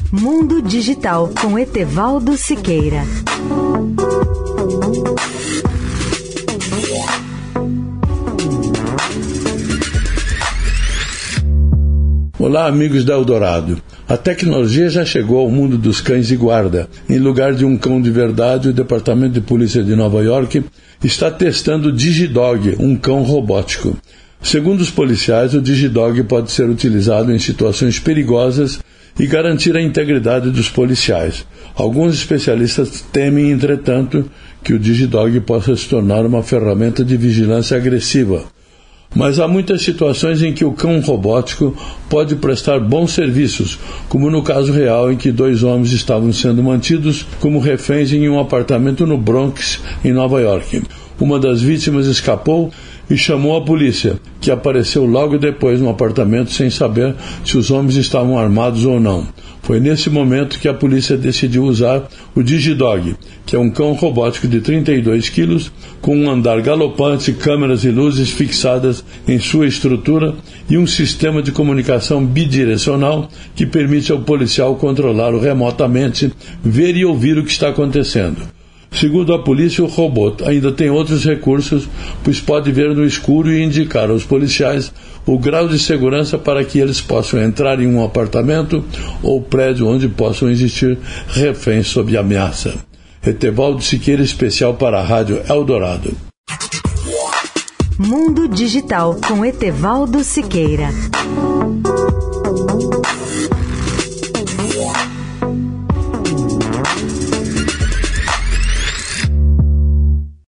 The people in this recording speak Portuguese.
Mundo Digital com Etevaldo Siqueira. Olá, amigos da Eldorado. A tecnologia já chegou ao mundo dos cães de guarda. Em lugar de um cão de verdade, o Departamento de Polícia de Nova York está testando o DigiDog, um cão robótico. Segundo os policiais, o DigiDog pode ser utilizado em situações perigosas e garantir a integridade dos policiais. Alguns especialistas temem, entretanto, que o DigiDog possa se tornar uma ferramenta de vigilância agressiva. Mas há muitas situações em que o cão robótico pode prestar bons serviços, como no caso real em que 2 homens estavam sendo mantidos como reféns em um apartamento no Bronx, em Nova York. Uma das vítimas escapou e chamou a polícia, que apareceu logo depois no apartamento sem saber se os homens estavam armados ou não. Foi nesse momento que a polícia decidiu usar o DigiDog, que é um cão robótico de 32 quilos, com um andar galopante, câmeras e luzes fixadas em sua estrutura e um sistema de comunicação bidirecional que permite ao policial controlá-lo remotamente, ver e ouvir o que está acontecendo. Segundo a polícia, o robô ainda tem outros recursos, pois pode ver no escuro e indicar aos policiais o grau de segurança para que eles possam entrar em um apartamento ou prédio onde possam existir reféns sob ameaça. Etevaldo Siqueira, especial para a Rádio Eldorado. Mundo Digital com Etevaldo Siqueira.